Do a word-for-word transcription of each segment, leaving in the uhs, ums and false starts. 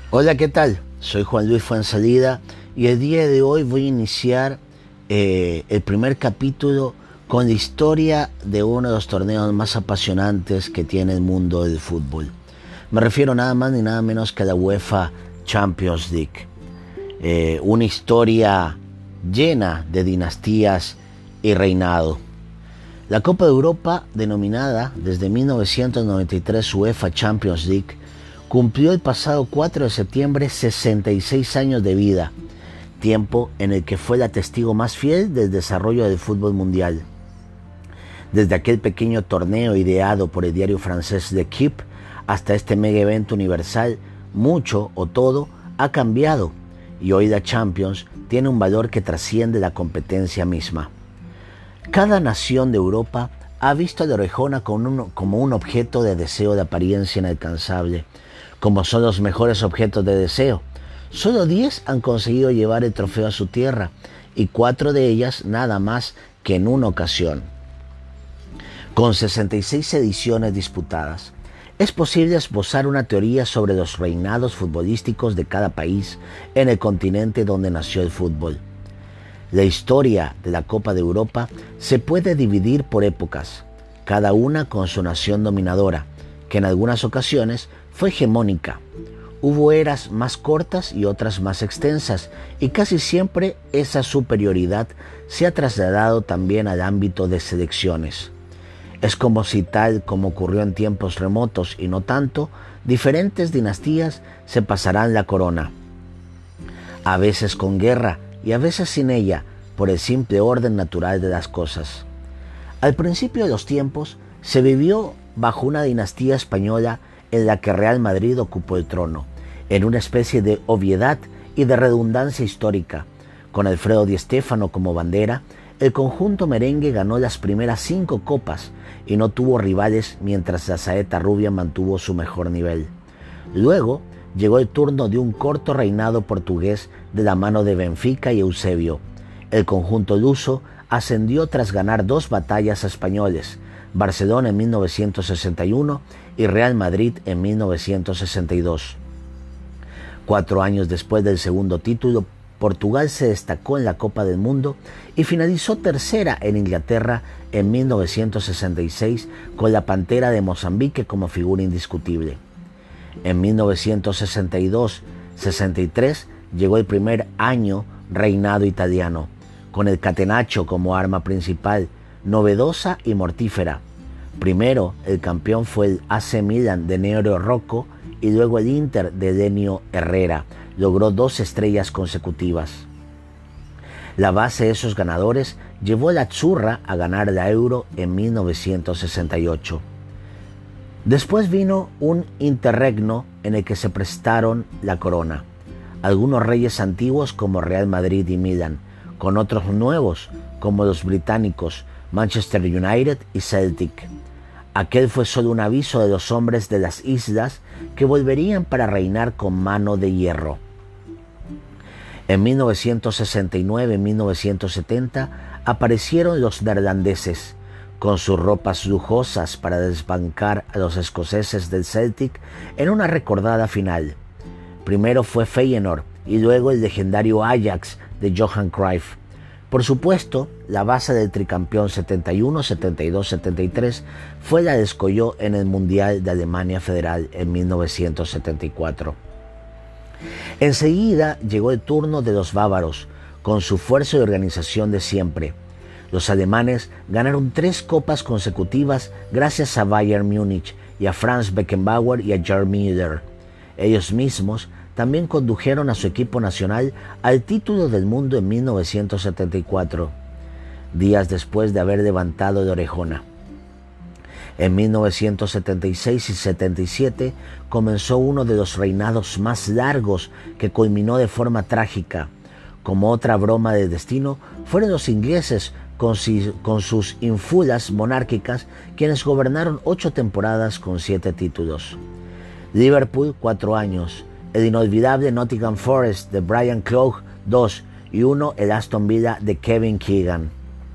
Hola, ¿qué tal? Soy Juan Luis Fuenzalida y el día de hoy voy a iniciar eh, el primer capítulo con la historia de uno de los torneos más apasionantes que tiene el mundo del fútbol. Me refiero nada más ni nada menos que a la UEFA Champions League. Eh, una historia llena de dinastías y reinado. La Copa de Europa, denominada desde mil novecientos noventa y tres UEFA Champions League, cumplió el pasado cuatro de septiembre sesenta y seis años de vida, tiempo en el que fue la testigo más fiel del desarrollo del fútbol mundial. Desde aquel pequeño torneo ideado por el diario francés L'Équipe hasta este mega evento universal, mucho o todo ha cambiado y hoy la Champions tiene un valor que trasciende la competencia misma. Cada nación de Europa ha visto a la orejona como un, como un objeto de deseo de apariencia inalcanzable, como son los mejores objetos de deseo. Solo diez han conseguido llevar el trofeo a su tierra y cuatro de ellas nada más que en una ocasión. Con sesenta y seis ediciones disputadas, es posible esbozar una teoría sobre los reinados futbolísticos de cada país en el continente donde nació el fútbol. La historia de la Copa de Europa se puede dividir por épocas, cada una con su nación dominadora, que en algunas ocasiones fue hegemónica. Hubo eras más cortas y otras más extensas, y casi siempre esa superioridad se ha trasladado también al ámbito de selecciones. Es como si, tal como ocurrió en tiempos remotos y no tanto, diferentes dinastías se pasarán la corona. A veces con guerra y a veces sin ella, por el simple orden natural de las cosas. Al principio de los tiempos se vivió bajo una dinastía española en la que Real Madrid ocupó el trono, en una especie de obviedad y de redundancia histórica. Con Alfredo Di Stéfano como bandera, el conjunto merengue ganó las primeras cinco copas y no tuvo rivales mientras la saeta rubia mantuvo su mejor nivel. Luego llegó el turno de un corto reinado portugués de la mano de Benfica y Eusebio. El conjunto luso ascendió tras ganar dos batallas a españoles, Barcelona en mil novecientos sesenta y uno y Real Madrid en mil novecientos sesenta y dos. Cuatro años después del segundo título, Portugal se destacó en la Copa del Mundo y finalizó tercera en Inglaterra en mil novecientos sesenta y seis con la Pantera de Mozambique como figura indiscutible. En mil novecientos sesenta y dos sesenta y tres llegó el primer año reinado italiano, con el catenaccio como arma principal, novedosa y mortífera. Primero el campeón fue el A C Milan de Nero Rocco y luego el Inter de Denio Herrera. Logró dos estrellas consecutivas. La base de esos ganadores llevó a la Azzurra a ganar la Euro en mil novecientos sesenta y ocho. Después vino un interregno en el que se prestaron la corona algunos reyes antiguos como Real Madrid y Milan, con otros nuevos como los británicos Manchester United y Celtic. Aquel fue solo un aviso de los hombres de las islas que volverían para reinar con mano de hierro. En mil novecientos sesenta y nueve y mil novecientos setenta aparecieron los neerlandeses, con sus ropas lujosas para desbancar a los escoceses del Celtic en una recordada final. Primero fue Feyenoord y luego el legendario Ajax de Johan Cruyff. Por supuesto, la base del tricampeón setenta y uno, setenta y dos, setenta y tres fue la de Escolló en el Mundial de Alemania Federal en mil novecientos setenta y cuatro. Enseguida llegó el turno de los bávaros, con su fuerza y organización de siempre. Los alemanes ganaron tres copas consecutivas gracias a Bayern Múnich y a Franz Beckenbauer y a Gerd Müller. Ellos mismos también condujeron a su equipo nacional al título del mundo en mil novecientos setenta y cuatro, días después de haber levantado la orejona. En mil novecientos setenta y seis y setenta y siete comenzó uno de los reinados más largos que culminó de forma trágica. Como otra broma de destino, fueron los ingleses con, si, con sus ínfulas monárquicas quienes gobernaron ocho temporadas con siete títulos. Liverpool, cuatro años. El inolvidable Nottingham Forest de Brian Clough, dos. Y uno, el Aston Villa de Kevin Keegan.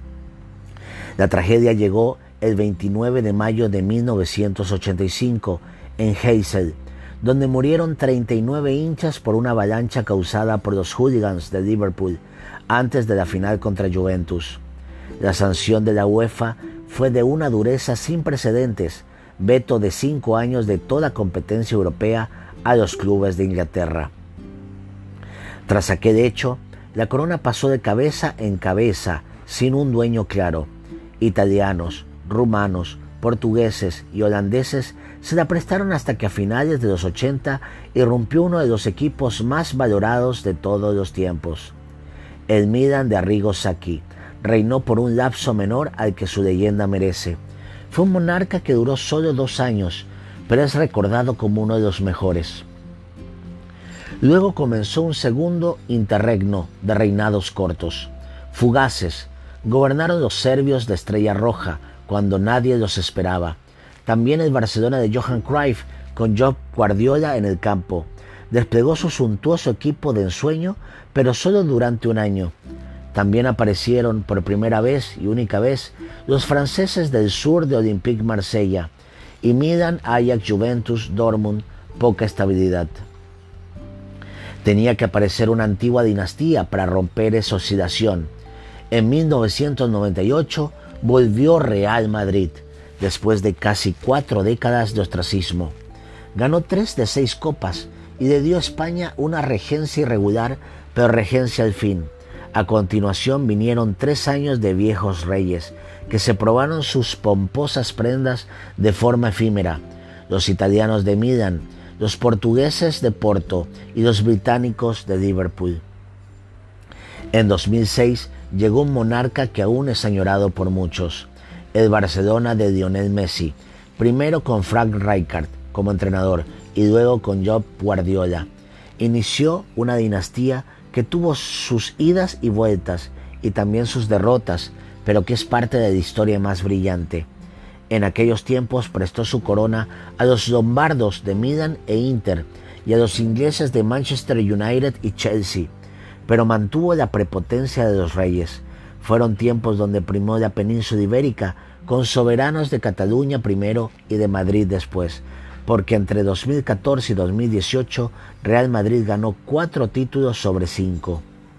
La tragedia llegó el veintinueve de mayo de mil novecientos ochenta y cinco en Heysel, donde murieron treinta y nueve hinchas por una avalancha causada por los hooligans de Liverpool antes de la final contra Juventus. La sanción de la UEFA fue de una dureza sin precedentes, veto de cinco años de toda competencia europea a los clubes de Inglaterra. Tras aquel hecho, la corona pasó de cabeza en cabeza sin un dueño claro. Italianos, rumanos, portugueses y holandeses se la prestaron hasta que a finales de los ochenta irrumpió uno de los equipos más valorados de todos los tiempos. El Milan de Arrigo Sacchi reinó por un lapso menor al que su leyenda merece. Fue un monarca que duró solo dos años, pero es recordado como uno de los mejores. Luego comenzó un segundo interregno de reinados cortos, fugaces. Gobernaron los serbios de Estrella Roja cuando nadie los esperaba. También el Barcelona de Johan Cruyff con Josep Guardiola en el campo. Desplegó su suntuoso equipo de ensueño, pero solo durante un año. También aparecieron por primera vez y única vez los franceses del sur de Olympique Marsella y Milan, Ajax, Juventus, Dortmund, poca estabilidad. Tenía que aparecer una antigua dinastía para romper esa oscilación. En mil novecientos noventa y ocho volvió Real Madrid, después de casi cuatro décadas de ostracismo. Ganó tres de seis copas y le dio a España una regencia irregular, pero regencia al fin. A continuación vinieron tres años de viejos reyes, que se probaron sus pomposas prendas de forma efímera. Los italianos de Milán, los portugueses de Porto y los británicos de Liverpool. En dos mil seis llegó un monarca que aún es añorado por muchos, el Barcelona de Lionel Messi, primero con Frank Rijkaard como entrenador y luego con Josep Guardiola. Inició una dinastía que tuvo sus idas y vueltas y también sus derrotas, pero que es parte de la historia más brillante. En aquellos tiempos prestó su corona a los lombardos de Milan e Inter y a los ingleses de Manchester United y Chelsea, pero mantuvo la prepotencia de los reyes. Fueron tiempos donde primó la península ibérica, con soberanos de Cataluña primero y de Madrid después, porque entre dos mil catorce y dos mil dieciocho Real Madrid ganó cuatro títulos sobre cinco.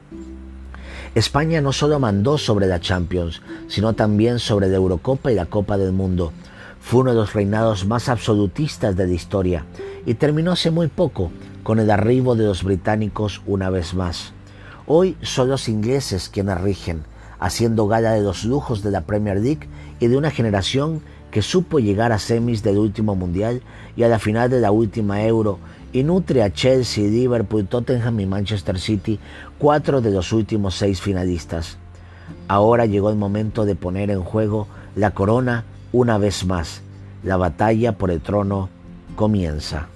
España no solo mandó sobre la Champions, sino también sobre la Eurocopa y la Copa del Mundo. Fue uno de los reinados más absolutistas de la historia y terminó hace muy poco con el arribo de los británicos una vez más. Hoy son los ingleses quienes rigen, haciendo gala de los lujos de la Premier League y de una generación que supo llegar a semis del último Mundial y a la final de la última Euro, y nutre a Chelsea, Liverpool, Tottenham y Manchester City, cuatro de los últimos seis finalistas. Ahora llegó el momento de poner en juego la corona una vez más. La batalla por el trono comienza.